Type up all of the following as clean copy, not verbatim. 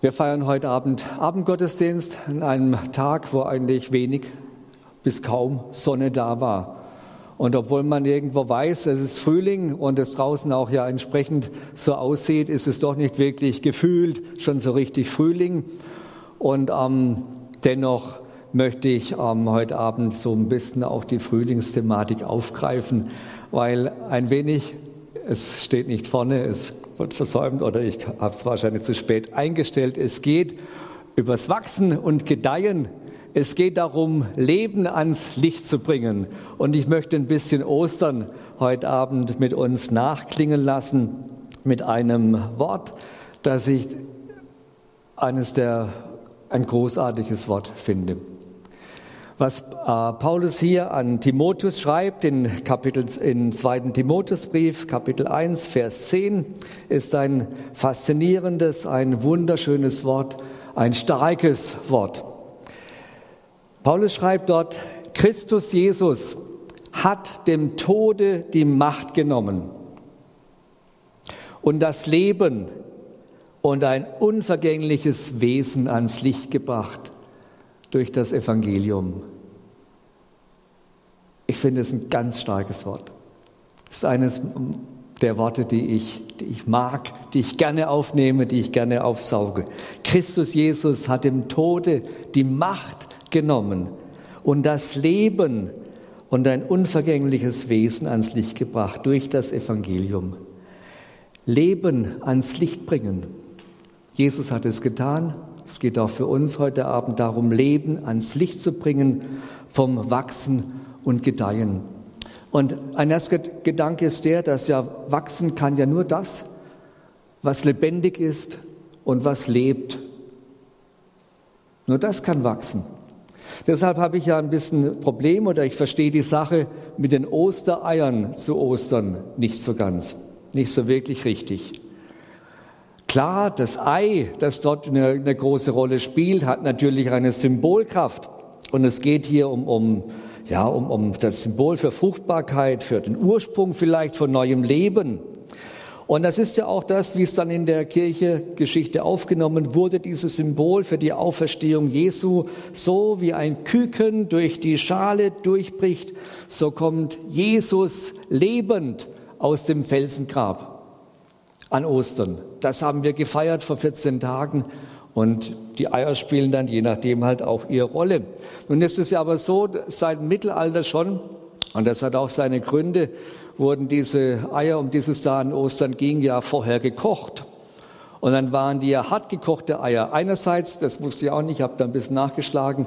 Wir feiern heute Abend Abendgottesdienst an einem Tag, wo eigentlich wenig bis kaum Sonne da war. Und obwohl man irgendwo weiß, es ist Frühling und es draußen auch ja entsprechend so aussieht, ist es doch nicht wirklich gefühlt schon so richtig Frühling. Und dennoch möchte ich heute Abend so ein bisschen auch die Frühlingsthematik aufgreifen, weil ein wenig, es steht nicht vorne, es wird versäumt oder ich habe es wahrscheinlich zu spät eingestellt, es geht übers Wachsen und Gedeihen. Es geht darum, Leben ans Licht zu bringen. Und ich möchte ein bisschen Ostern heute Abend mit uns nachklingen lassen mit einem Wort, das ich ein großartiges Wort finde. Was Paulus hier an Timotheus schreibt, im 2. Timotheusbrief, Kapitel 1, Vers 10, ist ein faszinierendes, ein wunderschönes Wort, ein starkes Wort. Paulus schreibt dort, Christus Jesus hat dem Tode die Macht genommen und das Leben und ein unvergängliches Wesen ans Licht gebracht durch das Evangelium. Ich finde es ein ganz starkes Wort. Es ist eines der Worte, die ich mag, die ich gerne aufnehme, die ich gerne aufsauge. Christus Jesus hat dem Tode die Macht genommen und das Leben und ein unvergängliches Wesen ans Licht gebracht durch das Evangelium. Leben ans Licht bringen. Jesus hat es getan. Es geht auch für uns heute Abend darum, Leben ans Licht zu bringen, vom Wachsen und Gedeihen. Und ein erster Gedanke ist der, dass ja wachsen kann ja nur das, was lebendig ist und was lebt. Nur das kann wachsen. Deshalb habe ich ja ein bisschen Problem oder ich verstehe die Sache mit den Ostereiern zu Ostern nicht so ganz, nicht so wirklich richtig. Klar, das Ei, das dort eine große Rolle spielt, hat natürlich eine Symbolkraft. Und es geht hier um das Symbol für Fruchtbarkeit, für den Ursprung vielleicht von neuem Leben. Und das ist ja auch das, wie es dann in der Kirchengeschichte aufgenommen wurde, dieses Symbol für die Auferstehung Jesu. So wie ein Küken durch die Schale durchbricht, so kommt Jesus lebend aus dem Felsengrab an Ostern. Das haben wir gefeiert vor 14 Tagen und die Eier spielen dann je nachdem halt auch ihre Rolle. Nun ist es ja aber so, seit dem Mittelalter schon, und das hat auch seine Gründe, wurden diese Eier, um dieses da an Ostern ging, ja vorher gekocht. Und dann waren die ja hart gekochte Eier. Einerseits, das wusste ich auch nicht, ich habe da ein bisschen nachgeschlagen,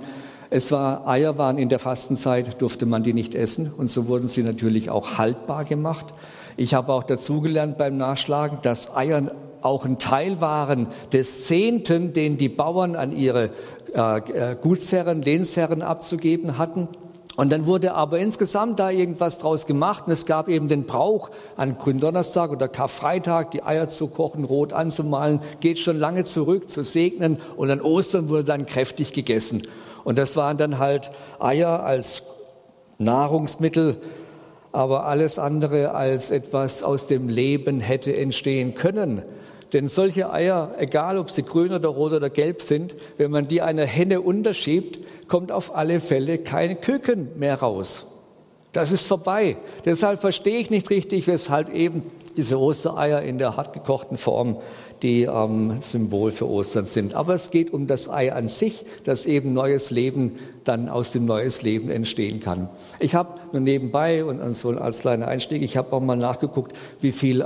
Eier waren in der Fastenzeit, durfte man die nicht essen und so wurden sie natürlich auch haltbar gemacht. Ich habe auch dazugelernt beim Nachschlagen, dass Eier auch ein Teil waren des Zehnten, den die Bauern an ihre Gutsherren, Lehnsherren abzugeben hatten. Und dann wurde aber insgesamt da irgendwas draus gemacht und es gab eben den Brauch, an Gründonnerstag oder Karfreitag die Eier zu kochen, rot anzumalen, geht schon lange zurück, zu segnen und an Ostern wurde dann kräftig gegessen. Und das waren dann halt Eier als Nahrungsmittel, aber alles andere als etwas aus dem Leben hätte entstehen können. Denn solche Eier, egal ob sie grün oder rot oder gelb sind, wenn man die einer Henne unterschiebt, kommt auf alle Fälle kein Küken mehr raus. Das ist vorbei. Deshalb verstehe ich nicht richtig, weshalb eben diese Ostereier in der hart gekochten Form die Symbol für Ostern sind. Aber es geht um das Ei an sich, dass eben neues Leben dann aus dem neues Leben entstehen kann. Ich habe nur nebenbei und so als kleiner Einstieg, ich habe auch mal nachgeguckt, wie viel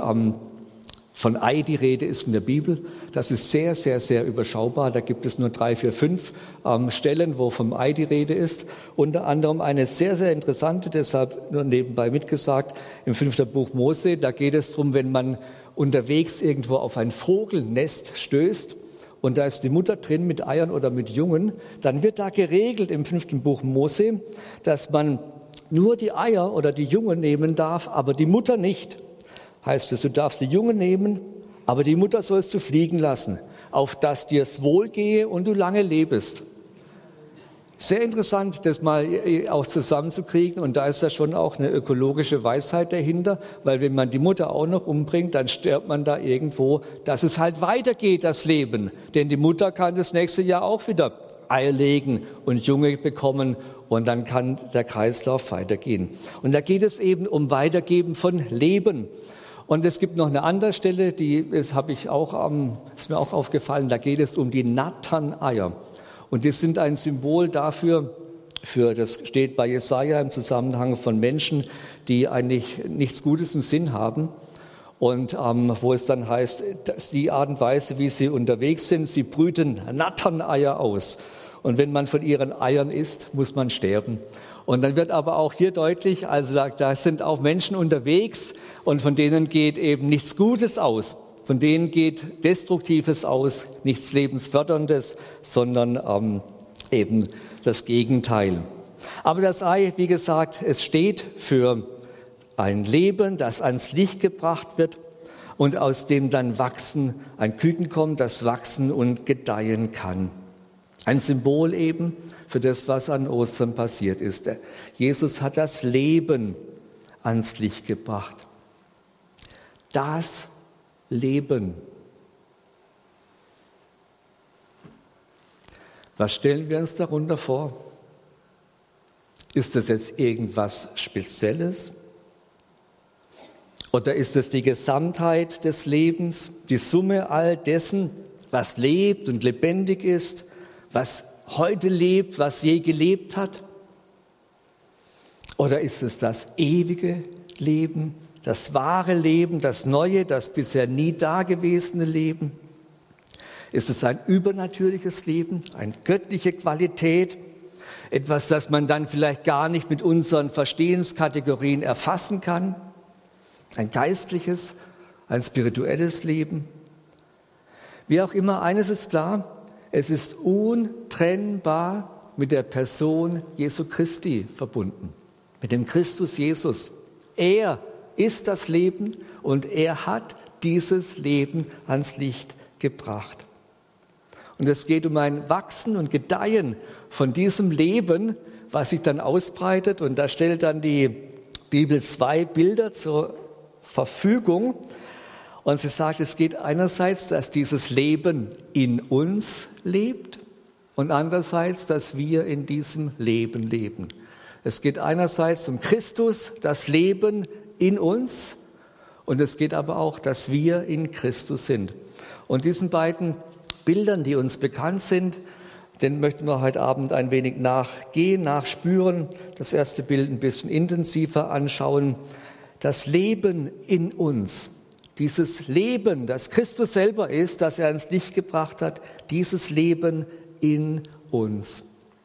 von Ei die Rede ist in der Bibel. Das ist sehr, sehr, sehr überschaubar. Da gibt es nur 3, 4, 5 Stellen, wo vom Ei die Rede ist. Unter anderem eine sehr, sehr interessante, deshalb nur nebenbei mitgesagt, im 5. Buch Mose. Da geht es darum, wenn man unterwegs irgendwo auf ein Vogelnest stößt und da ist die Mutter drin mit Eiern oder mit Jungen, dann wird da geregelt im 5. Buch Mose, dass man nur die Eier oder die Jungen nehmen darf, aber die Mutter nicht. Heißt es, du darfst die Jungen nehmen, aber die Mutter sollst du fliegen lassen, auf dass dir es wohlgehe und du lange lebst. Sehr interessant, das mal auch zusammenzukriegen, und da ist ja schon auch eine ökologische Weisheit dahinter, weil wenn man die Mutter auch noch umbringt, dann stirbt man da irgendwo, dass es halt weitergeht, das Leben. Denn die Mutter kann das nächste Jahr auch wieder Eier legen und Junge bekommen, und dann kann der Kreislauf weitergehen. Und da geht es eben um Weitergeben von Leben. Und es gibt noch eine andere Stelle, ist mir auch aufgefallen, da geht es um die Nathan-Eier. Und die sind ein Symbol dafür, das steht bei Jesaja im Zusammenhang von Menschen, die eigentlich nichts Gutes im Sinn haben. Und wo es dann heißt, dass die Art und Weise, wie sie unterwegs sind, sie brüten Nathan-Eier aus. Und wenn man von ihren Eiern isst, muss man sterben. Und dann wird aber auch hier deutlich, also da sind auch Menschen unterwegs, und von denen geht eben nichts Gutes aus. Von denen geht Destruktives aus, nichts Lebensförderndes, sondern eben das Gegenteil. Aber das Ei, wie gesagt, es steht für ein Leben, das ans Licht gebracht wird und aus dem dann ein Küken kommt, das wachsen und gedeihen kann. Ein Symbol eben für das, was an Ostern passiert ist. Jesus hat das Leben ans Licht gebracht. Das Leben. Was stellen wir uns darunter vor? Ist das jetzt irgendwas Spezielles? Oder ist es die Gesamtheit des Lebens, die Summe all dessen, was lebt und lebendig ist, was heute lebt, was je gelebt hat? Oder ist es das ewige Leben, das wahre Leben, das neue, das bisher nie dagewesene Leben? Ist es ein übernatürliches Leben, eine göttliche Qualität, etwas, das man dann vielleicht gar nicht mit unseren Verstehenskategorien erfassen kann? Ein geistliches, ein spirituelles Leben? Wie auch immer, eines ist klar: Es ist untrennbar mit der Person Jesu Christi verbunden, mit dem Christus Jesus. Er ist das Leben und er hat dieses Leben ans Licht gebracht. Und es geht um ein Wachsen und Gedeihen von diesem Leben, was sich dann ausbreitet. Und da stellt dann die Bibel 2 Bilder zur Verfügung. Und sie sagt, es geht einerseits, dass dieses Leben in uns lebt und andererseits, dass wir in diesem Leben leben. Es geht einerseits um Christus, das Leben in uns, und es geht aber auch, dass wir in Christus sind. Und diesen beiden Bildern, die uns bekannt sind, den möchten wir heute Abend ein wenig nachspüren. Das erste Bild ein bisschen intensiver anschauen. Das Leben in uns. Dieses Leben, das Christus selber ist, das er ans Licht gebracht hat, dieses Leben in uns.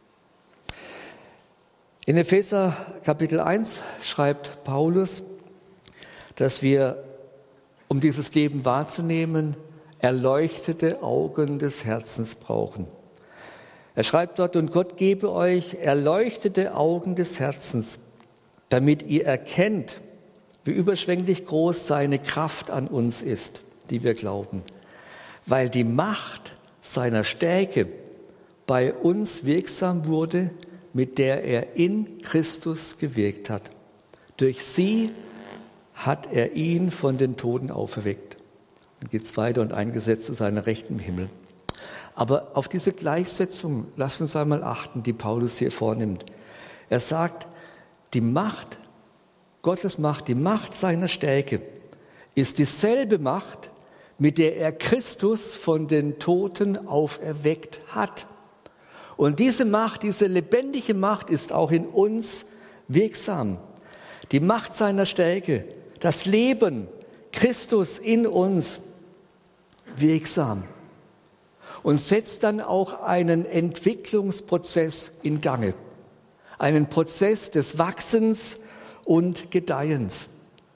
In Epheser Kapitel 1 schreibt Paulus, dass wir, um dieses Leben wahrzunehmen, erleuchtete Augen des Herzens brauchen. Er schreibt dort: Und Gott gebe euch erleuchtete Augen des Herzens, damit ihr erkennt, wie überschwänglich groß seine Kraft an uns ist, die wir glauben, weil die Macht seiner Stärke bei uns wirksam wurde, mit der er in Christus gewirkt hat. Durch sie hat er ihn von den Toten auferweckt. Dann geht es weiter: und eingesetzt zu seiner Rechten im Himmel. Aber auf diese Gleichsetzung, lasst uns einmal achten, die Paulus hier vornimmt. Er sagt, die Macht, Gottes Macht, die Macht seiner Stärke ist dieselbe Macht, mit der er Christus von den Toten auferweckt hat. Und diese Macht, diese lebendige Macht ist auch in uns wirksam. Die Macht seiner Stärke, das Leben, Christus in uns wirksam. Und setzt dann auch einen Entwicklungsprozess in Gange. Einen Prozess des Wachsens und Gedeihens.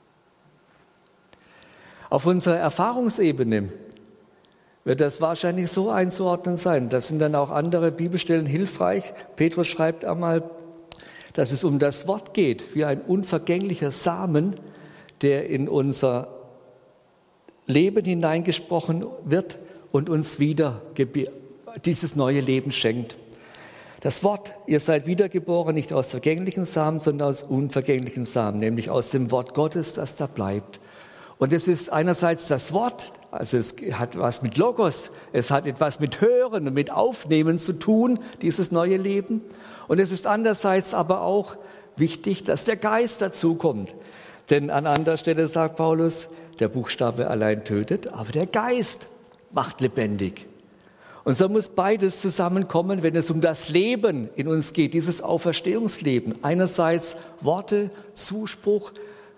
Auf unserer Erfahrungsebene wird das wahrscheinlich so einzuordnen sein. Da sind dann auch andere Bibelstellen hilfreich. Petrus schreibt einmal, dass es um das Wort geht, wie ein unvergänglicher Samen, der in unser Leben hineingesprochen wird und uns wieder dieses neue Leben schenkt. Das Wort, ihr seid wiedergeboren, nicht aus vergänglichen Samen, sondern aus unvergänglichen Samen, nämlich aus dem Wort Gottes, das da bleibt. Und es ist einerseits das Wort, also es hat was mit Logos, es hat etwas mit Hören und mit Aufnehmen zu tun, dieses neue Leben. Und es ist andererseits aber auch wichtig, dass der Geist dazukommt. Denn an anderer Stelle sagt Paulus, der Buchstabe allein tötet, aber der Geist macht lebendig. Und so muss beides zusammenkommen, wenn es um das Leben in uns geht, dieses Auferstehungsleben. Einerseits Worte, Zuspruch,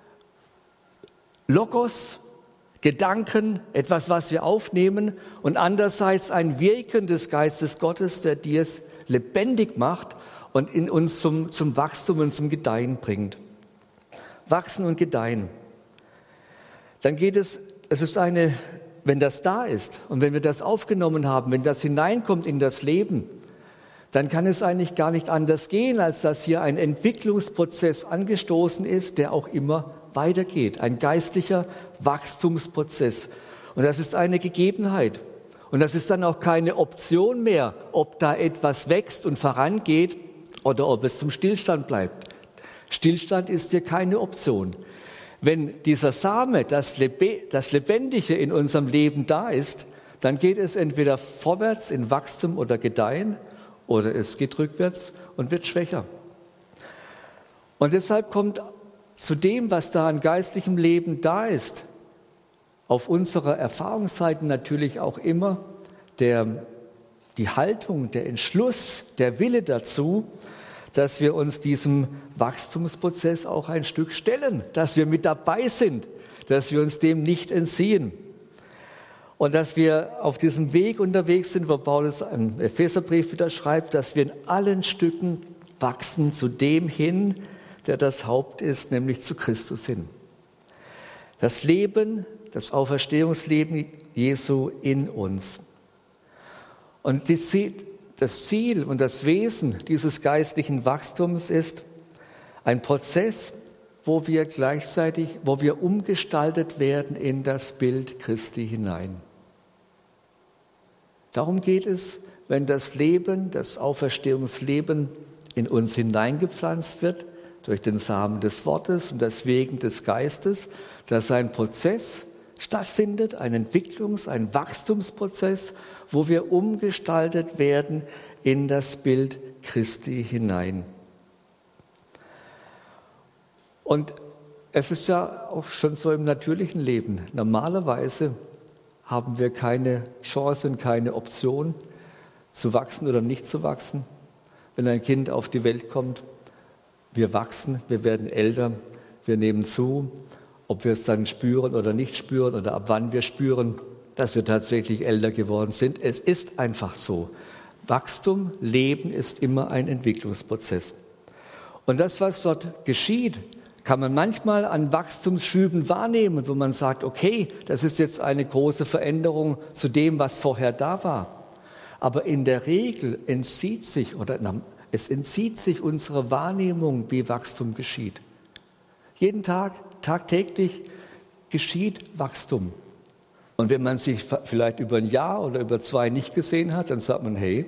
Logos, Gedanken, etwas, was wir aufnehmen, und andererseits ein Wirken des Geistes Gottes, der es lebendig macht und in uns zum Wachstum und zum Gedeihen bringt. Wachsen und gedeihen. Dann geht es ist wenn das da ist und wenn wir das aufgenommen haben, wenn das hineinkommt in das Leben, dann kann es eigentlich gar nicht anders gehen, als dass hier ein Entwicklungsprozess angestoßen ist, der auch immer weitergeht. Ein geistlicher Wachstumsprozess. Und das ist eine Gegebenheit. Und das ist dann auch keine Option mehr, ob da etwas wächst und vorangeht oder ob es zum Stillstand bleibt. Stillstand ist hier keine Option. Wenn dieser Same, das Lebendige in unserem Leben da ist, dann geht es entweder vorwärts in Wachstum oder Gedeihen oder es geht rückwärts und wird schwächer. Und deshalb kommt zu dem, was da an geistlichem Leben da ist, auf unserer Erfahrungsseite natürlich auch immer die Haltung, der Entschluss, der Wille dazu, dass wir uns diesem Wachstumsprozess auch ein Stück stellen, dass wir mit dabei sind, dass wir uns dem nicht entziehen. Und dass wir auf diesem Weg unterwegs sind, wo Paulus im Epheserbrief wieder schreibt, dass wir in allen Stücken wachsen zu dem hin, der das Haupt ist, nämlich zu Christus hin. Das Leben, das Auferstehungsleben Jesu in uns. Und das Ziel und das Wesen dieses geistlichen Wachstums ist ein Prozess, wo wir umgestaltet werden in das Bild Christi hinein. Darum geht es, wenn das Leben, das Auferstehungsleben in uns hineingepflanzt wird, durch den Samen des Wortes und das Wegen des Geistes, dass ein Prozess stattfindet, ein ein Wachstumsprozess, wo wir umgestaltet werden in das Bild Christi hinein. Und es ist ja auch schon so im natürlichen Leben. Normalerweise haben wir keine Chance und keine Option, zu wachsen oder nicht zu wachsen. Wenn ein Kind auf die Welt kommt, wir wachsen, wir werden älter, wir nehmen zu. Ob wir es dann spüren oder nicht spüren oder ab wann wir spüren, dass wir tatsächlich älter geworden sind. Es ist einfach so. Wachstum, Leben ist immer ein Entwicklungsprozess. Und das, was dort geschieht, kann man manchmal an Wachstumsschüben wahrnehmen, wo man sagt, okay, das ist jetzt eine große Veränderung zu dem, was vorher da war. Aber in der Regel entzieht sich unserer Wahrnehmung, wie Wachstum geschieht. Jeden Tag, tagtäglich geschieht Wachstum. Und wenn man sich vielleicht über ein Jahr oder über 2 nicht gesehen hat, dann sagt man, hey,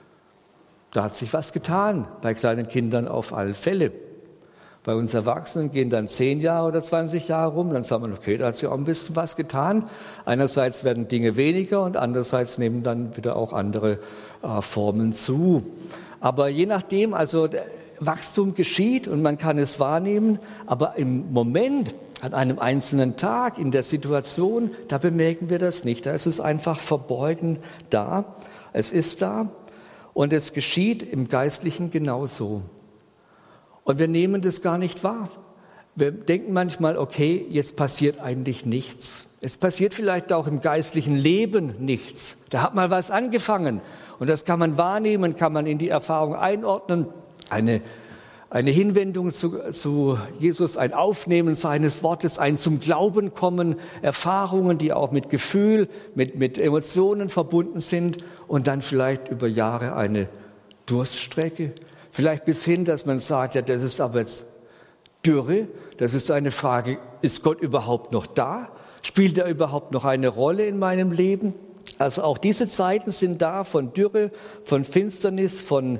da hat sich was getan. Bei kleinen Kindern auf alle Fälle. Bei uns Erwachsenen gehen dann 10 Jahre oder 20 Jahre rum, dann sagt man, okay, da hat sich auch ein bisschen was getan. Einerseits werden Dinge weniger und andererseits nehmen dann wieder auch andere Formen zu. Aber je nachdem, also Wachstum geschieht und man kann es wahrnehmen, aber im Moment, an einem einzelnen Tag, in der Situation, da bemerken wir das nicht. Da ist es einfach verborgen da. Es ist da und es geschieht im Geistlichen genauso. Und wir nehmen das gar nicht wahr. Wir denken manchmal, okay, jetzt passiert eigentlich nichts. Jetzt passiert vielleicht auch im geistlichen Leben nichts. Da hat mal was angefangen und das kann man wahrnehmen, kann man in die Erfahrung einordnen. Eine Hinwendung zu Jesus, ein Aufnehmen seines Wortes, ein zum Glauben kommen, Erfahrungen, die auch mit Gefühl, mit Emotionen verbunden sind und dann vielleicht über Jahre eine Durststrecke. Vielleicht bis hin, dass man sagt, ja, das ist aber jetzt Dürre. Das ist eine Frage, ist Gott überhaupt noch da? Spielt er überhaupt noch eine Rolle in meinem Leben? Also auch diese Zeiten sind da von Dürre, von Finsternis, von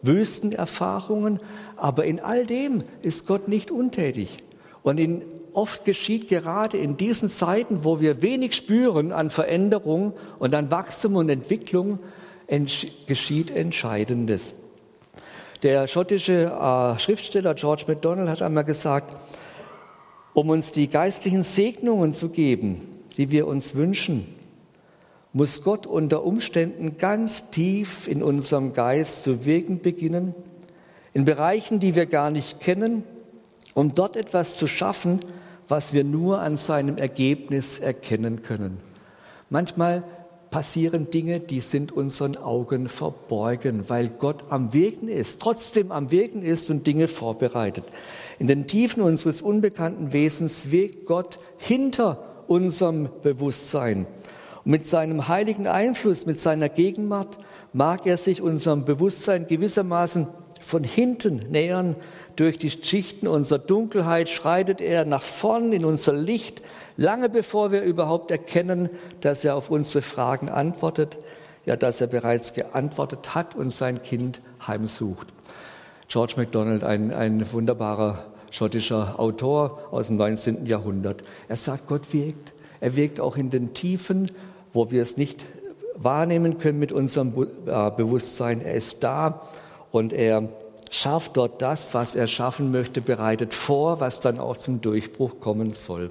Wüstenerfahrungen, aber in all dem ist Gott nicht untätig. Und oft geschieht gerade in diesen Zeiten, wo wir wenig spüren an Veränderung und an Wachstum und Entwicklung, geschieht Entscheidendes. Der schottische Schriftsteller George MacDonald hat einmal gesagt, um uns die geistlichen Segnungen zu geben, die wir uns wünschen, muss Gott unter Umständen ganz tief in unserem Geist zu wirken beginnen, in Bereichen, die wir gar nicht kennen, um dort etwas zu schaffen, was wir nur an seinem Ergebnis erkennen können. Manchmal passieren Dinge, die sind unseren Augen verborgen, weil Gott am Wirken ist, trotzdem am Wirken ist und Dinge vorbereitet. In den Tiefen unseres unbekannten Wesens wirkt Gott hinter unserem Bewusstsein. Und mit seinem heiligen Einfluss, mit seiner Gegenwart mag er sich unserem Bewusstsein gewissermaßen von hinten nähern. Durch die Schichten unserer Dunkelheit schreitet er nach vorn in unser Licht, lange bevor wir überhaupt erkennen, dass er auf unsere Fragen antwortet, ja, dass er bereits geantwortet hat und sein Kind heimsucht. George MacDonald, ein wunderbarer schottischer Autor aus dem 19. Jahrhundert. Er sagt, Gott wirkt. Er wirkt auch in den Tiefen, wo wir es nicht wahrnehmen können mit unserem Bewusstsein. Er ist da und er schafft dort das, was er schaffen möchte, bereitet vor, was dann auch zum Durchbruch kommen soll.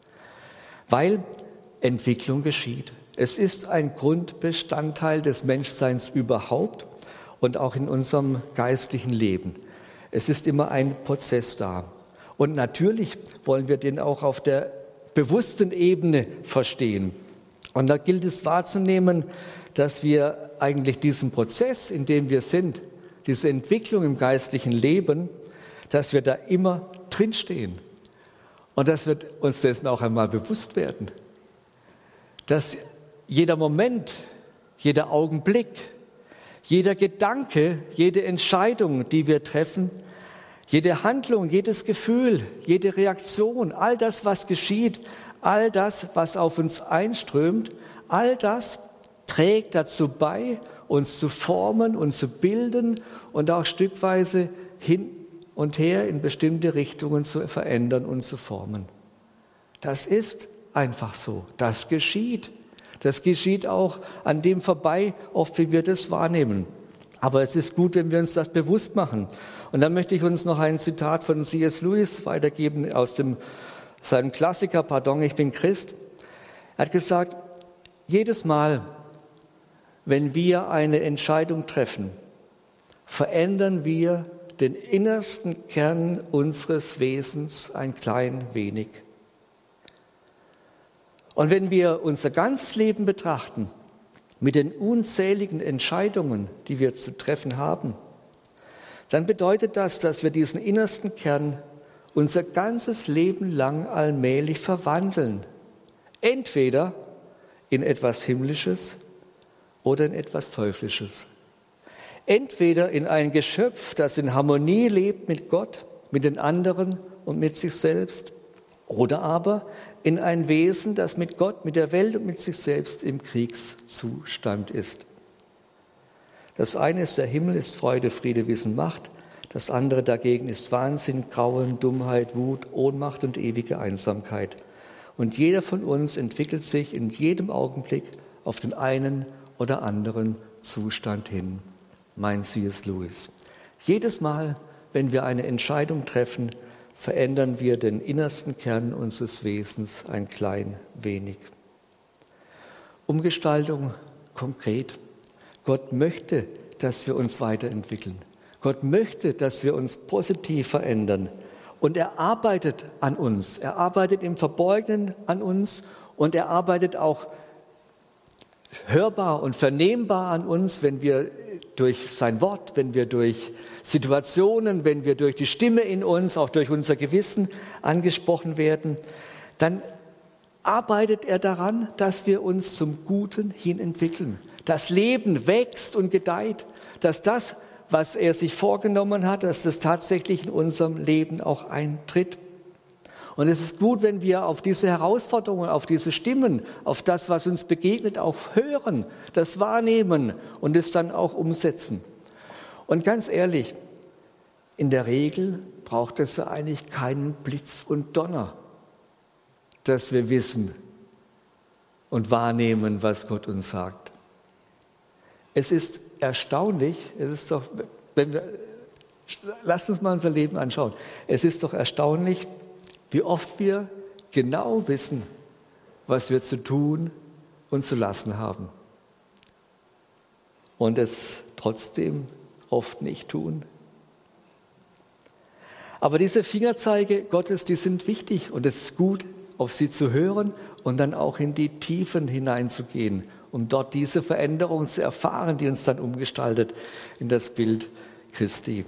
Weil Entwicklung geschieht. Es ist ein Grundbestandteil des Menschseins überhaupt und auch in unserem geistlichen Leben. Es ist immer ein Prozess da. Und natürlich wollen wir den auch auf der bewussten Ebene verstehen. Und da gilt es wahrzunehmen, dass wir eigentlich diesen Prozess, in dem wir sind, diese Entwicklung im geistlichen Leben, dass wir da immer drinstehen. Und dass wir uns dessen auch einmal bewusst werden. Dass jeder Moment, jeder Augenblick, jeder Gedanke, jede Entscheidung, die wir treffen, jede Handlung, jedes Gefühl, jede Reaktion, all das, was geschieht, all das, was auf uns einströmt, all das trägt dazu bei, uns zu formen und zu bilden und auch stückweise hin und her in bestimmte Richtungen zu verändern und zu formen. Das ist einfach so. Das geschieht. Das geschieht auch an dem vorbei, oft wie wir das wahrnehmen. Aber es ist gut, wenn wir uns das bewusst machen. Und dann möchte ich uns noch ein Zitat von C.S. Lewis weitergeben aus seinem Klassiker, Pardon, ich bin Christ. Er hat gesagt, jedes Mal, wenn wir eine Entscheidung treffen, verändern wir den innersten Kern unseres Wesens ein klein wenig. Und wenn wir unser ganzes Leben betrachten, mit den unzähligen Entscheidungen, die wir zu treffen haben, dann bedeutet das, dass wir diesen innersten Kern unser ganzes Leben lang allmählich verwandeln. Entweder in etwas Himmlisches oder in etwas Teuflisches. Entweder in ein Geschöpf, das in Harmonie lebt mit Gott, mit den anderen und mit sich selbst, oder aber in ein Wesen, das mit Gott, mit der Welt und mit sich selbst im Kriegszustand ist. Das eine ist der Himmel, ist Freude, Friede, Wissen, Macht. Das andere dagegen ist Wahnsinn, Grauen, Dummheit, Wut, Ohnmacht und ewige Einsamkeit. Und jeder von uns entwickelt sich in jedem Augenblick auf den einen oder anderen Zustand hin. Mein C.S. Lewis. Jedes Mal, wenn wir eine Entscheidung treffen, verändern wir den innersten Kern unseres Wesens ein klein wenig. Umgestaltung konkret. Gott möchte, dass wir uns weiterentwickeln. Gott möchte, dass wir uns positiv verändern. Und er arbeitet an uns. Er arbeitet im Verborgenen an uns und er arbeitet auch hörbar und vernehmbar an uns, wenn wir durch sein Wort, wenn wir durch Situationen, wenn wir durch die Stimme in uns, auch durch unser Gewissen angesprochen werden, dann arbeitet er daran, dass wir uns zum Guten hin entwickeln. Das Leben wächst und gedeiht, dass das, was er sich vorgenommen hat, dass das tatsächlich in unserem Leben auch eintritt. Und es ist gut, wenn wir auf diese Herausforderungen, auf diese Stimmen, auf das, was uns begegnet, auch hören, das wahrnehmen und es dann auch umsetzen. Und ganz ehrlich, in der Regel braucht es ja eigentlich keinen Blitz und Donner, dass wir wissen und wahrnehmen, was Gott uns sagt. Es ist erstaunlich, lasst uns mal unser Leben anschauen. Es ist doch erstaunlich, wie oft wir genau wissen, was wir zu tun und zu lassen haben. Und es trotzdem oft nicht tun. Aber diese Fingerzeige Gottes, die sind wichtig und es ist gut, auf sie zu hören und dann auch in die Tiefen hineinzugehen, um dort diese Veränderung zu erfahren, die uns dann umgestaltet in das Bild Christi.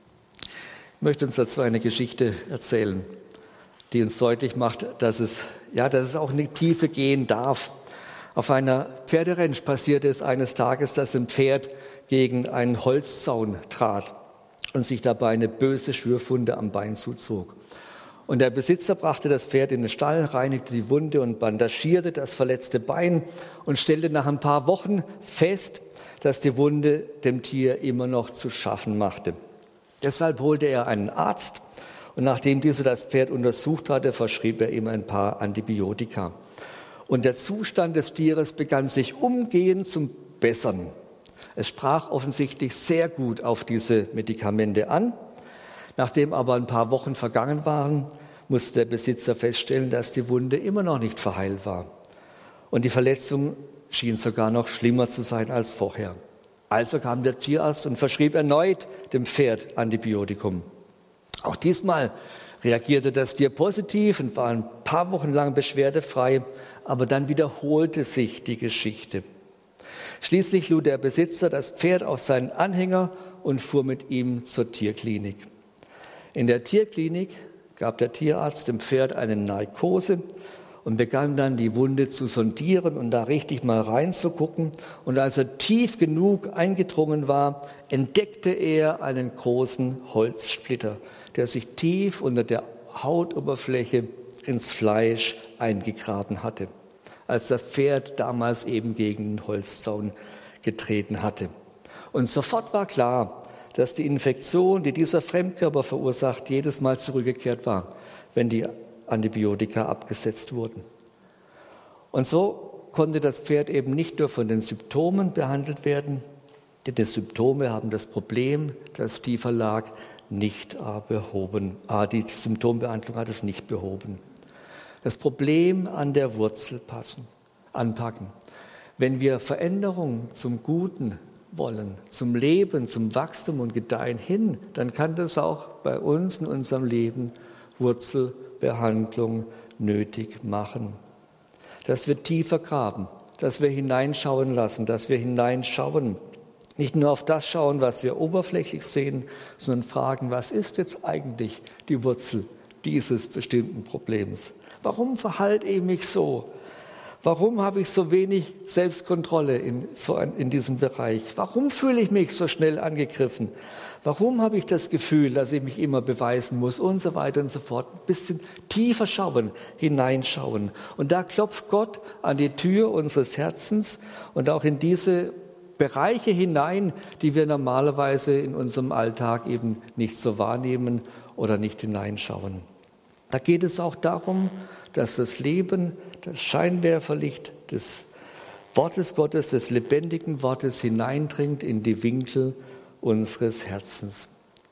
Ich möchte uns dazu eine Geschichte erzählen, die uns deutlich macht, dass es auch in die Tiefe gehen darf. Auf einer Pferderanch passierte es eines Tages, dass ein Pferd gegen einen Holzzaun trat und sich dabei eine böse Schürfwunde am Bein zuzog. Und der Besitzer brachte das Pferd in den Stall, reinigte die Wunde und bandagierte das verletzte Bein und stellte nach ein paar Wochen fest, dass die Wunde dem Tier immer noch zu schaffen machte. Deshalb holte er einen Arzt und nachdem dieser das Pferd untersucht hatte, verschrieb er ihm ein paar Antibiotika. Und der Zustand des Tieres begann sich umgehend zu bessern. Es sprach offensichtlich sehr gut auf diese Medikamente an. Nachdem aber ein paar Wochen vergangen waren, musste der Besitzer feststellen, dass die Wunde immer noch nicht verheilt war. Und die Verletzung schien sogar noch schlimmer zu sein als vorher. Also kam der Tierarzt und verschrieb erneut dem Pferd Antibiotikum. Auch diesmal reagierte das Tier positiv und war ein paar Wochen lang beschwerdefrei, aber dann wiederholte sich die Geschichte. Schließlich lud der Besitzer das Pferd auf seinen Anhänger und fuhr mit ihm zur Tierklinik. In der Tierklinik gab der Tierarzt dem Pferd eine Narkose und begann dann die Wunde zu sondieren und da richtig mal reinzugucken. Und als er tief genug eingedrungen war, entdeckte er einen großen Holzsplitter, der sich tief unter der Hautoberfläche ins Fleisch eingegraben hatte, als das Pferd damals eben gegen den Holzzaun getreten hatte. Und sofort war klar, dass die Infektion, die dieser Fremdkörper verursacht, jedes Mal zurückgekehrt war, wenn die Antibiotika abgesetzt wurden. Und so konnte das Pferd eben nicht nur von den Symptomen behandelt werden, denn die Symptome haben das Problem, das tiefer lag, nicht behoben. Die Symptombehandlung hat es nicht behoben. Das Problem an der Wurzel anpacken. Wenn wir Veränderung zum Guten wollen, zum Leben, zum Wachstum und Gedeihen hin, dann kann das auch bei uns in unserem Leben Wurzelbehandlung nötig machen. Dass wir tiefer graben, dass wir hineinschauen lassen, dass wir hineinschauen. Nicht nur auf das schauen, was wir oberflächlich sehen, sondern fragen, was ist jetzt eigentlich die Wurzel dieses bestimmten Problems? Warum verhalte ich mich so? Warum habe ich so wenig Selbstkontrolle in diesem Bereich? Warum fühle ich mich so schnell angegriffen? Warum habe ich das Gefühl, dass ich mich immer beweisen muss und so weiter und so fort? Ein bisschen tiefer schauen, hineinschauen. Und da klopft Gott an die Tür unseres Herzens und auch in diese Bereiche hinein, die wir normalerweise in unserem Alltag eben nicht so wahrnehmen oder nicht hineinschauen. Da geht es auch darum, dass das Leben, das Scheinwerferlicht des Wortes Gottes, des lebendigen Wortes hineindringt in die Winkel unseres Herzens.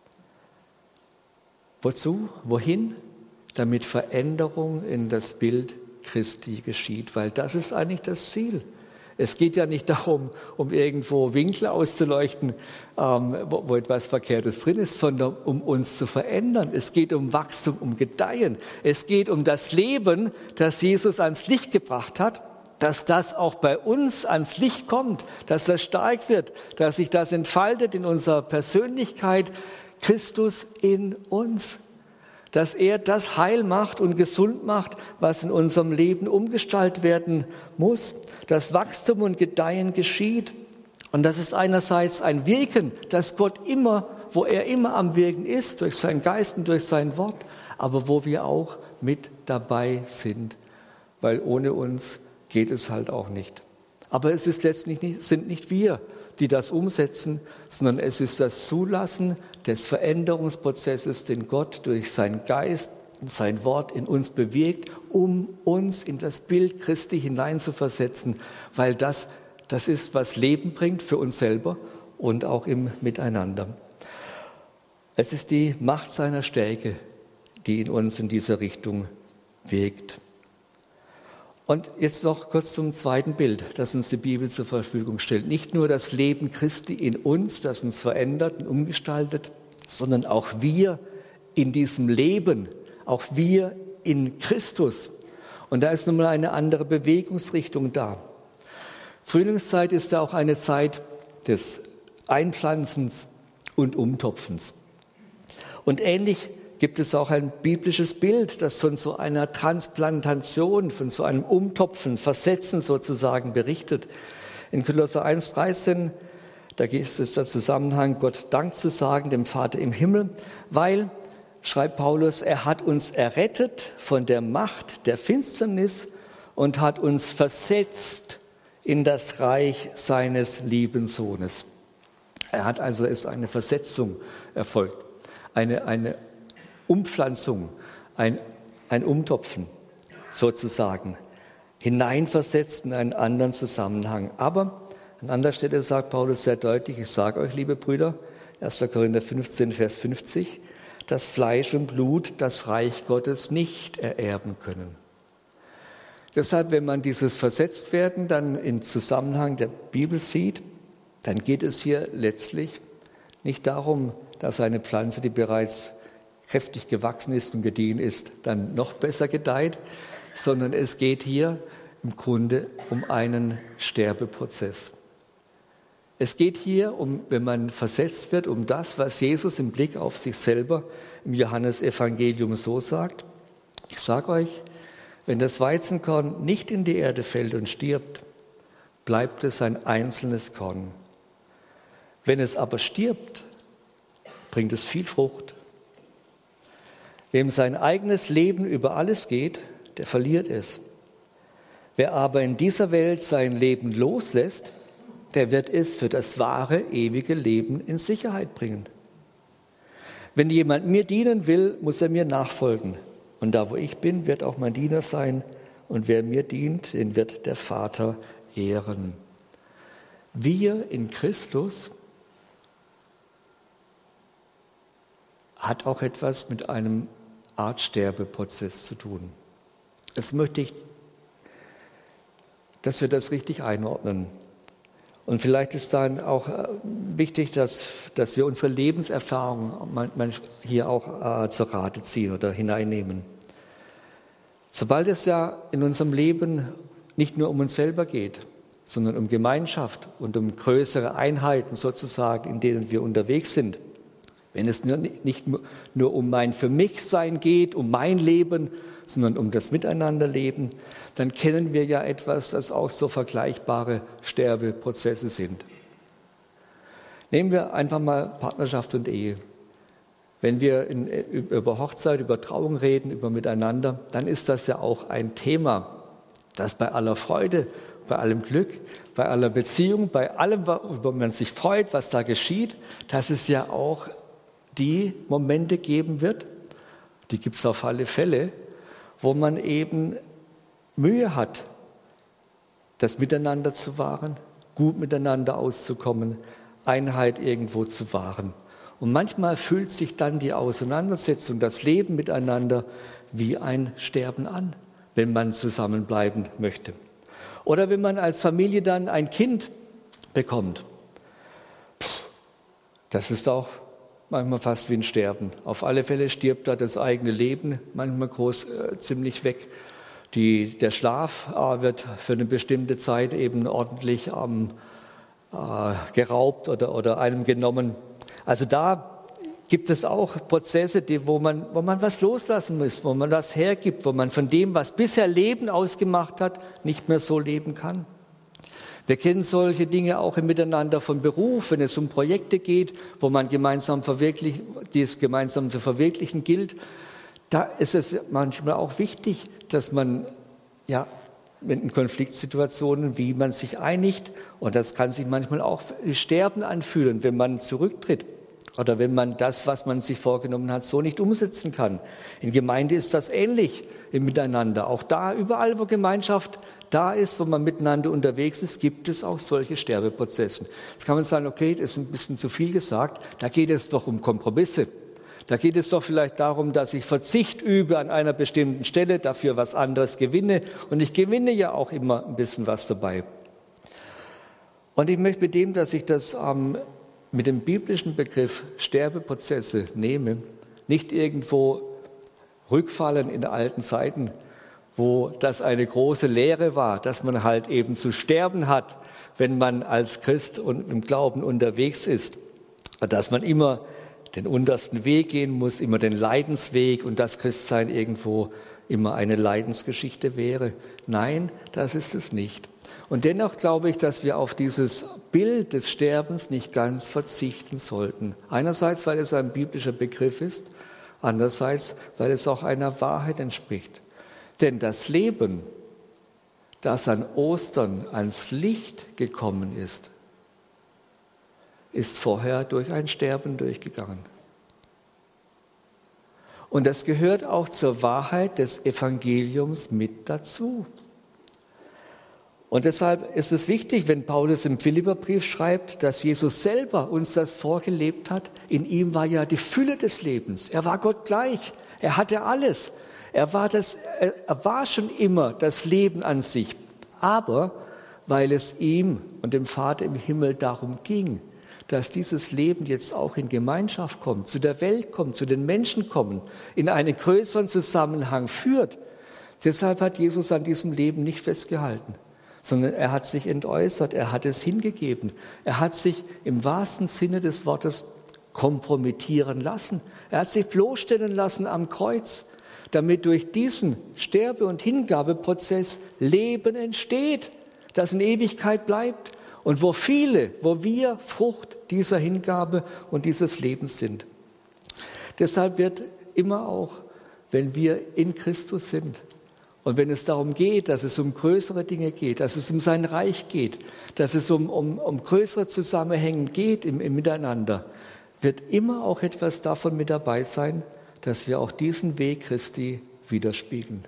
Wozu? Wohin? Damit Veränderung in das Bild Christi geschieht, weil das ist eigentlich das Ziel. Es geht ja nicht darum, um irgendwo Winkel auszuleuchten, wo etwas Verkehrtes drin ist, sondern um uns zu verändern. Es geht um Wachstum, um Gedeihen. Es geht um das Leben, das Jesus ans Licht gebracht hat, dass das auch bei uns ans Licht kommt, dass das stark wird, dass sich das entfaltet in unserer Persönlichkeit, Christus in uns. Dass er das heil macht und gesund macht, was in unserem Leben umgestaltet werden muss, dass Wachstum und Gedeihen geschieht. Und das ist einerseits ein Wirken, dass Gott immer, wo er immer am Wirken ist, durch seinen Geist und durch sein Wort, aber wo wir auch mit dabei sind, weil ohne uns geht es halt auch nicht. Aber es ist letztlich sind nicht wir, die das umsetzen, sondern es ist das Zulassen des Veränderungsprozesses, den Gott durch seinen Geist und sein Wort in uns bewirkt, um uns in das Bild Christi hineinzuversetzen, weil das ist, was Leben bringt für uns selber und auch im Miteinander. Es ist die Macht seiner Stärke, die in uns in dieser Richtung wirkt. Und jetzt noch kurz zum zweiten Bild, das uns die Bibel zur Verfügung stellt. Nicht nur das Leben Christi in uns, das uns verändert und umgestaltet, sondern auch wir in diesem Leben, auch wir in Christus. Und da ist nun mal eine andere Bewegungsrichtung da. Frühlingszeit ist ja auch eine Zeit des Einpflanzens und Umtopfens. Und ähnlich gibt es auch ein biblisches Bild, das von so einer Transplantation, von so einem Umtopfen, Versetzen sozusagen berichtet. In Kolosser 1,13, da ist es der Zusammenhang, Gott Dank zu sagen, dem Vater im Himmel, weil, schreibt Paulus, er hat uns errettet von der Macht der Finsternis und hat uns versetzt in das Reich seines lieben Sohnes. Ist eine Versetzung erfolgt, eine Umpflanzung, ein Umtopfen sozusagen, hineinversetzt in einen anderen Zusammenhang. Aber an anderer Stelle sagt Paulus sehr deutlich, ich sage euch, liebe Brüder, 1. Korinther 15, Vers 50, dass Fleisch und Blut das Reich Gottes nicht ererben können. Deshalb, wenn man dieses Versetztwerden dann im Zusammenhang der Bibel sieht, dann geht es hier letztlich nicht darum, dass eine Pflanze, die bereits kräftig gewachsen ist und gediehen ist, dann noch besser gedeiht, sondern es geht hier im Grunde um einen Sterbeprozess. Es geht hier wenn man versetzt wird, um das, was Jesus im Blick auf sich selber im Johannesevangelium so sagt. Ich sage euch, wenn das Weizenkorn nicht in die Erde fällt und stirbt, bleibt es ein einzelnes Korn. Wenn es aber stirbt, bringt es viel Frucht. Wem sein eigenes Leben über alles geht, der verliert es. Wer aber in dieser Welt sein Leben loslässt, der wird es für das wahre, ewige Leben in Sicherheit bringen. Wenn jemand mir dienen will, muss er mir nachfolgen. Und da, wo ich bin, wird auch mein Diener sein. Und wer mir dient, den wird der Vater ehren. Wir in Christus hat auch etwas mit einem Art Sterbeprozess zu tun. Jetzt möchte ich, dass wir das richtig einordnen. Und vielleicht ist dann auch wichtig, dass wir unsere Lebenserfahrung hier auch zur Rate ziehen oder hineinnehmen. Sobald es ja in unserem Leben nicht nur um uns selber geht, sondern um Gemeinschaft und um größere Einheiten sozusagen, in denen wir unterwegs sind, wenn es nicht nur um mein Für mich Sein geht, um mein Leben, sondern um das Miteinanderleben, dann kennen wir ja etwas, das auch so vergleichbare Sterbeprozesse sind. Nehmen wir einfach mal Partnerschaft und Ehe. Wenn wir über Hochzeit, über Trauung reden, über Miteinander, dann ist das ja auch ein Thema, das bei aller Freude, bei allem Glück, bei aller Beziehung, bei allem, worüber man sich freut, was da geschieht, dass es ja auch die Momente geben wird, die gibt es auf alle Fälle, wo man eben Mühe hat, das Miteinander zu wahren, gut miteinander auszukommen, Einheit irgendwo zu wahren. Und manchmal fühlt sich dann die Auseinandersetzung, das Leben miteinander wie ein Sterben an, wenn man zusammenbleiben möchte. Oder wenn man als Familie dann ein Kind bekommt. Das ist auch manchmal fast wie ein Sterben. Auf alle Fälle stirbt da das eigene Leben manchmal ziemlich weg. Der Schlaf wird für eine bestimmte Zeit eben ordentlich geraubt oder einem genommen. Also da gibt es auch Prozesse, wo man was loslassen muss, wo man was hergibt, wo man von dem, was bisher Leben ausgemacht hat, nicht mehr so leben kann. Wir kennen solche Dinge auch im Miteinander von Beruf, wenn es um Projekte geht, wo man die es gemeinsam zu verwirklichen gilt. Da ist es manchmal auch wichtig, dass man in Konfliktsituationen, wie man sich einigt. Und das kann sich manchmal auch wie Sterben anfühlen, wenn man zurücktritt oder wenn man das, was man sich vorgenommen hat, so nicht umsetzen kann. In Gemeinde ist das ähnlich im Miteinander. Auch da, überall, wo Gemeinschaft da ist, wo man miteinander unterwegs ist, gibt es auch solche Sterbeprozesse. Jetzt kann man sagen, okay, das ist ein bisschen zu viel gesagt. Da geht es doch um Kompromisse. Da geht es doch vielleicht darum, dass ich Verzicht übe an einer bestimmten Stelle, dafür was anderes gewinne. Und ich gewinne ja auch immer ein bisschen was dabei. Und ich möchte mit dem, dass ich das mit dem biblischen Begriff Sterbeprozesse nehme, nicht irgendwo rückfallen in alten Zeiten, wo das eine große Lehre war, dass man halt eben zu sterben hat, wenn man als Christ und im Glauben unterwegs ist, dass man immer den untersten Weg gehen muss, immer den Leidensweg und das Christsein irgendwo immer eine Leidensgeschichte wäre. Nein, das ist es nicht. Und dennoch glaube ich, dass wir auf dieses Bild des Sterbens nicht ganz verzichten sollten. Einerseits, weil es ein biblischer Begriff ist, andererseits, weil es auch einer Wahrheit entspricht. Denn das Leben, das an Ostern ans Licht gekommen ist vorher durch ein Sterben durchgegangen. Und das gehört auch zur Wahrheit des Evangeliums mit dazu. Und deshalb ist es wichtig, wenn Paulus im Philipperbrief schreibt, dass Jesus selber uns das vorgelebt hat. In ihm war ja die Fülle des Lebens. Er war Gott gleich. Er hatte alles. Er war schon immer das Leben an sich. Aber weil es ihm und dem Vater im Himmel darum ging, dass dieses Leben jetzt auch in Gemeinschaft kommt, zu der Welt kommt, zu den Menschen kommt, in einen größeren Zusammenhang führt. Deshalb hat Jesus an diesem Leben nicht festgehalten, sondern er hat sich entäußert, er hat es hingegeben. Er hat sich im wahrsten Sinne des Wortes kompromittieren lassen. Er hat sich bloßstellen lassen am Kreuz, damit durch diesen Sterbe- und Hingabeprozess Leben entsteht, das in Ewigkeit bleibt und wo wir Frucht dieser Hingabe und dieses Lebens sind. Deshalb wird immer auch, wenn wir in Christus sind und wenn es darum geht, dass es um größere Dinge geht, dass es um sein Reich geht, dass es um größere Zusammenhänge geht im Miteinander, wird immer auch etwas davon mit dabei sein, dass wir auch diesen Weg Christi widerspiegeln.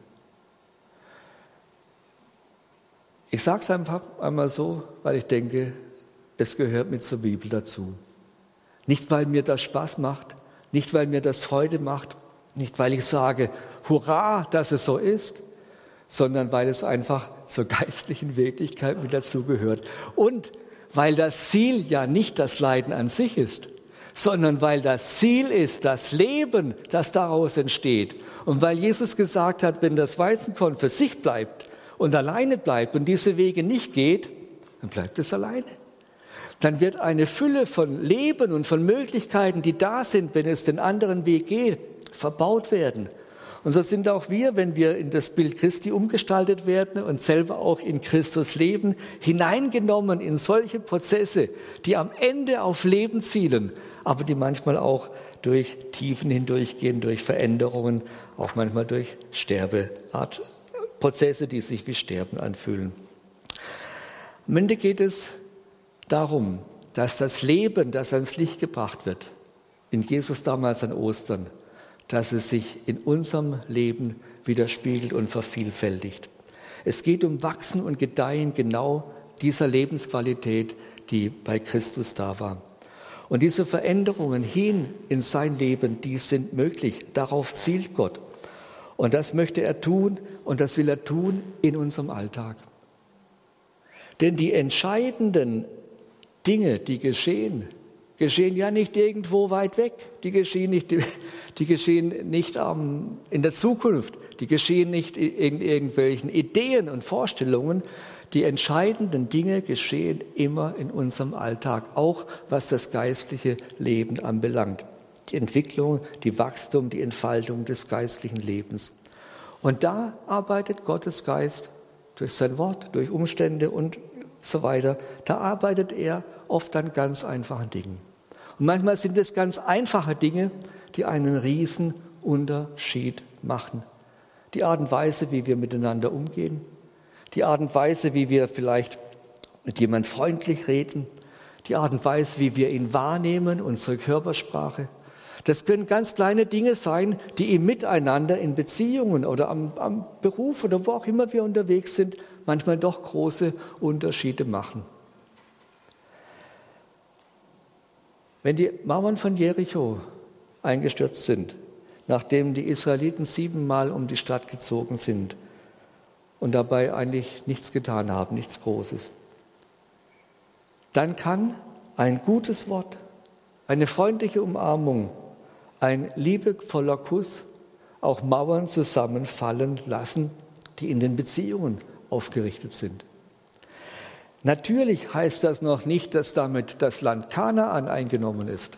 Ich sage es einfach einmal so, weil ich denke, es gehört mit zur Bibel dazu. Nicht, weil mir das Spaß macht, nicht, weil mir das Freude macht, nicht, weil ich sage, hurra, dass es so ist, sondern weil es einfach zur geistlichen Wirklichkeit mit dazugehört. Und weil das Ziel ja nicht das Leiden an sich ist, sondern weil das Ziel ist, das Leben, das daraus entsteht. Und weil Jesus gesagt hat, wenn das Weizenkorn für sich bleibt und alleine bleibt und diese Wege nicht geht, dann bleibt es alleine. Dann wird eine Fülle von Leben und von Möglichkeiten, die da sind, wenn es den anderen Weg geht, verbaut werden. Und so sind auch wir, wenn wir in das Bild Christi umgestaltet werden und selber auch in Christus leben, hineingenommen in solche Prozesse, die am Ende auf Leben zielen, aber die manchmal auch durch Tiefen hindurchgehen, durch Veränderungen, auch manchmal durch Prozesse, die sich wie Sterben anfühlen. Am Ende geht es darum, dass das Leben, das ans Licht gebracht wird, in Jesus damals an Ostern, dass es sich in unserem Leben widerspiegelt und vervielfältigt. Es geht um Wachsen und Gedeihen genau dieser Lebensqualität, die bei Christus da war. Und diese Veränderungen hin in sein Leben, die sind möglich. Darauf zielt Gott. Und das möchte er tun und das will er tun in unserem Alltag. Denn die entscheidenden Dinge, die geschehen ja nicht irgendwo weit weg. Die geschehen nicht in der Zukunft. Die geschehen nicht in irgendwelchen Ideen und Vorstellungen. Die entscheidenden Dinge geschehen immer in unserem Alltag, auch was das geistliche Leben anbelangt. Die Entwicklung, die Wachstum, die Entfaltung des geistlichen Lebens. Und da arbeitet Gottes Geist durch sein Wort, durch Umstände und so weiter. Da arbeitet er oft an ganz einfachen Dingen. Und manchmal sind es ganz einfache Dinge, die einen riesen Unterschied machen. Die Art und Weise, wie wir miteinander umgehen, Die Art und Weise, wie wir vielleicht mit jemandem freundlich reden, die Art und Weise, wie wir ihn wahrnehmen, unsere Körpersprache. Das können ganz kleine Dinge sein, die im Miteinander in Beziehungen oder am Beruf oder wo auch immer wir unterwegs sind, manchmal doch große Unterschiede machen. Wenn die Mauern von Jericho eingestürzt sind, nachdem die Israeliten 7-mal um die Stadt gezogen sind und dabei eigentlich nichts getan haben, nichts Großes, dann kann ein gutes Wort, eine freundliche Umarmung, ein liebevoller Kuss auch Mauern zusammenfallen lassen, die in den Beziehungen aufgerichtet sind. Natürlich heißt das noch nicht, dass damit das Land Kanaan eingenommen ist.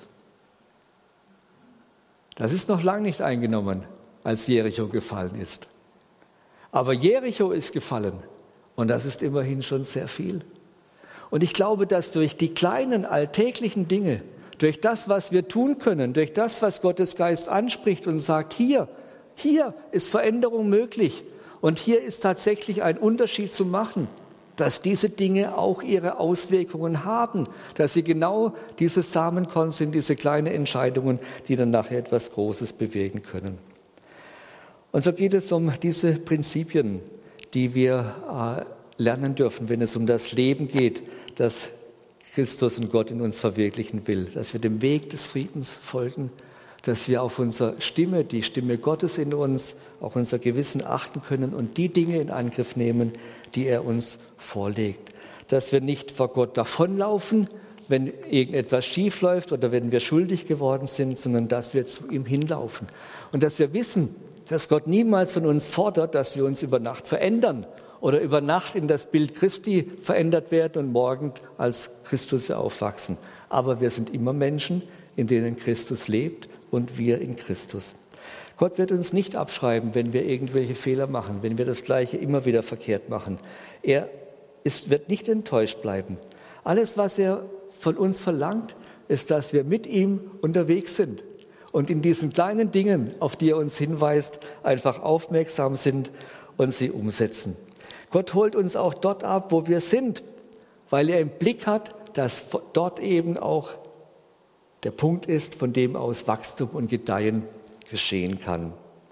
Das ist noch lange nicht eingenommen, als Jericho gefallen ist. Aber Jericho ist gefallen und das ist immerhin schon sehr viel. Und ich glaube, dass durch die kleinen alltäglichen Dinge, durch das, was wir tun können, durch das, was Gottes Geist anspricht und sagt, hier ist Veränderung möglich und hier ist tatsächlich ein Unterschied zu machen, dass diese Dinge auch ihre Auswirkungen haben, dass sie genau diese Samenkorn sind, diese kleinen Entscheidungen, die dann nachher etwas Großes bewegen können. Und so geht es um diese Prinzipien, die wir lernen dürfen, wenn es um das Leben geht, das Christus und Gott in uns verwirklichen will, dass wir dem Weg des Friedens folgen, dass wir auf unsere Stimme, die Stimme Gottes in uns, auch unser Gewissen achten können und die Dinge in Angriff nehmen, die er uns vorlegt. Dass wir nicht vor Gott davonlaufen, wenn irgendetwas schief läuft oder wenn wir schuldig geworden sind, sondern dass wir zu ihm hinlaufen. Und dass wir wissen, dass Gott niemals von uns fordert, dass wir uns über Nacht verändern oder über Nacht in das Bild Christi verändert werden und morgen als Christus aufwachsen. Aber wir sind immer Menschen, in denen Christus lebt und wir in Christus. Gott wird uns nicht abschreiben, wenn wir irgendwelche Fehler machen, wenn wir das Gleiche immer wieder verkehrt machen. Er wird nicht enttäuscht bleiben. Alles, was er von uns verlangt, ist, dass wir mit ihm unterwegs sind und in diesen kleinen Dingen, auf die er uns hinweist, einfach aufmerksam sind und sie umsetzen. Gott holt uns auch dort ab, wo wir sind, weil er im Blick hat, dass dort eben auch der Punkt ist, von dem aus Wachstum und Gedeihen geschehen kann.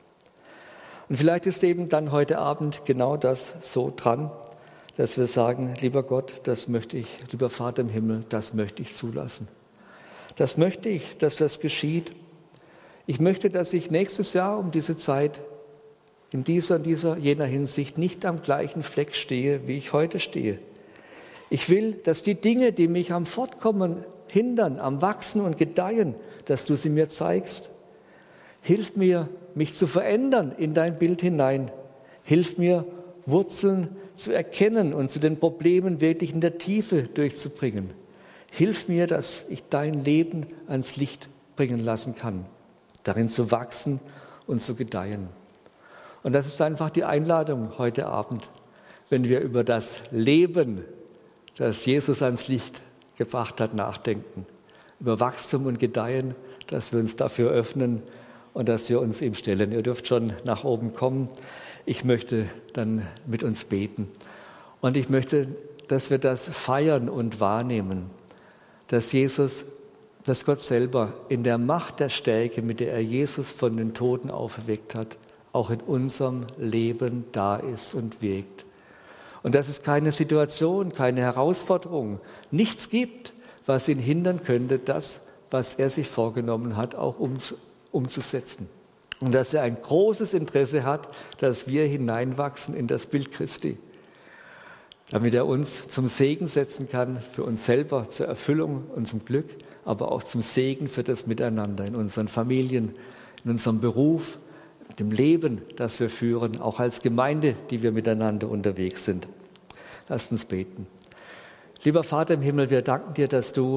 Und vielleicht ist eben dann heute Abend genau das so dran, dass wir sagen, lieber Gott, das möchte ich, lieber Vater im Himmel, das möchte ich zulassen. Das möchte ich, dass das geschieht. Ich möchte, dass ich nächstes Jahr um diese Zeit in jener Hinsicht nicht am gleichen Fleck stehe, wie ich heute stehe. Ich will, dass die Dinge, die mich am Fortkommen hindern, am Wachsen und Gedeihen, dass du sie mir zeigst. Hilf mir, mich zu verändern in dein Bild hinein. Hilf mir, Wurzeln zu erkennen und zu den Problemen wirklich in der Tiefe durchzubringen. Hilf mir, dass ich dein Leben ans Licht bringen lassen kann, darin zu wachsen und zu gedeihen. Und das ist einfach die Einladung heute Abend, wenn wir über das Leben, das Jesus ans Licht gebracht hat, nachdenken. Über Wachstum und Gedeihen, dass wir uns dafür öffnen und dass wir uns ihm stellen. Ihr dürft schon nach oben kommen. Ich möchte dann mit uns beten. Und ich möchte, dass wir das feiern und wahrnehmen, dass Gott selber in der Macht der Stärke, mit der er Jesus von den Toten auferweckt hat, auch in unserem Leben da ist und wirkt. Und dass es keine Situation, keine Herausforderung, nichts gibt, was ihn hindern könnte, das, was er sich vorgenommen hat, auch umzusetzen. Und dass er ein großes Interesse hat, dass wir hineinwachsen in das Bild Christi, damit er uns zum Segen setzen kann, für uns selber, zur Erfüllung und zum Glück, aber auch zum Segen für das Miteinander in unseren Familien, in unserem Beruf, dem Leben, das wir führen, auch als Gemeinde, die wir miteinander unterwegs sind. Lasst uns beten. Lieber Vater im Himmel, wir danken dir, dass du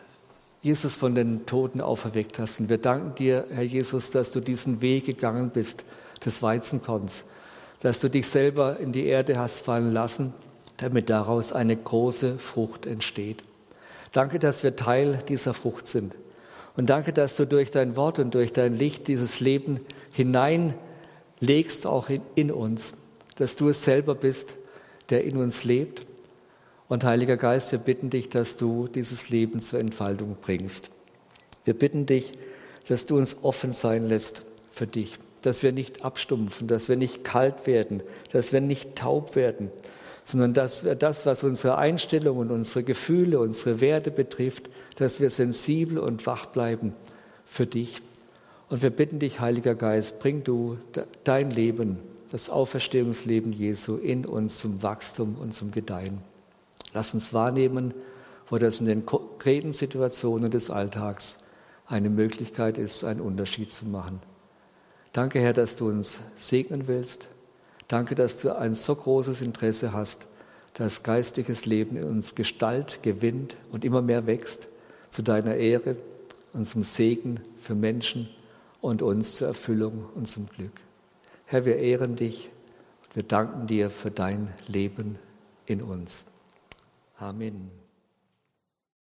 Jesus von den Toten auferweckt hast. Und wir danken dir, Herr Jesus, dass du diesen Weg gegangen bist, des Weizenkorns, dass du dich selber in die Erde hast fallen lassen, damit daraus eine große Frucht entsteht. Danke, dass wir Teil dieser Frucht sind. Und danke, dass du durch dein Wort und durch dein Licht dieses Leben hineinlegst, auch in uns, dass du es selber bist, der in uns lebt. Und Heiliger Geist, wir bitten dich, dass du dieses Leben zur Entfaltung bringst. Wir bitten dich, dass du uns offen sein lässt für dich, dass wir nicht abstumpfen, dass wir nicht kalt werden, dass wir nicht taub werden, sondern dass wir das, was unsere Einstellungen, unsere Gefühle, unsere Werte betrifft, dass wir sensibel und wach bleiben für dich. Und wir bitten dich, Heiliger Geist, bring du dein Leben, das Auferstehungsleben Jesu in uns zum Wachstum und zum Gedeihen. Lass uns wahrnehmen, wo das in den konkreten Situationen des Alltags eine Möglichkeit ist, einen Unterschied zu machen. Danke, Herr, dass du uns segnen willst. Danke, dass du ein so großes Interesse hast, dass geistliches Leben in uns Gestalt gewinnt und immer mehr wächst, zu deiner Ehre und zum Segen für Menschen und uns zur Erfüllung und zum Glück. Herr, wir ehren dich und wir danken dir für dein Leben in uns. Amen.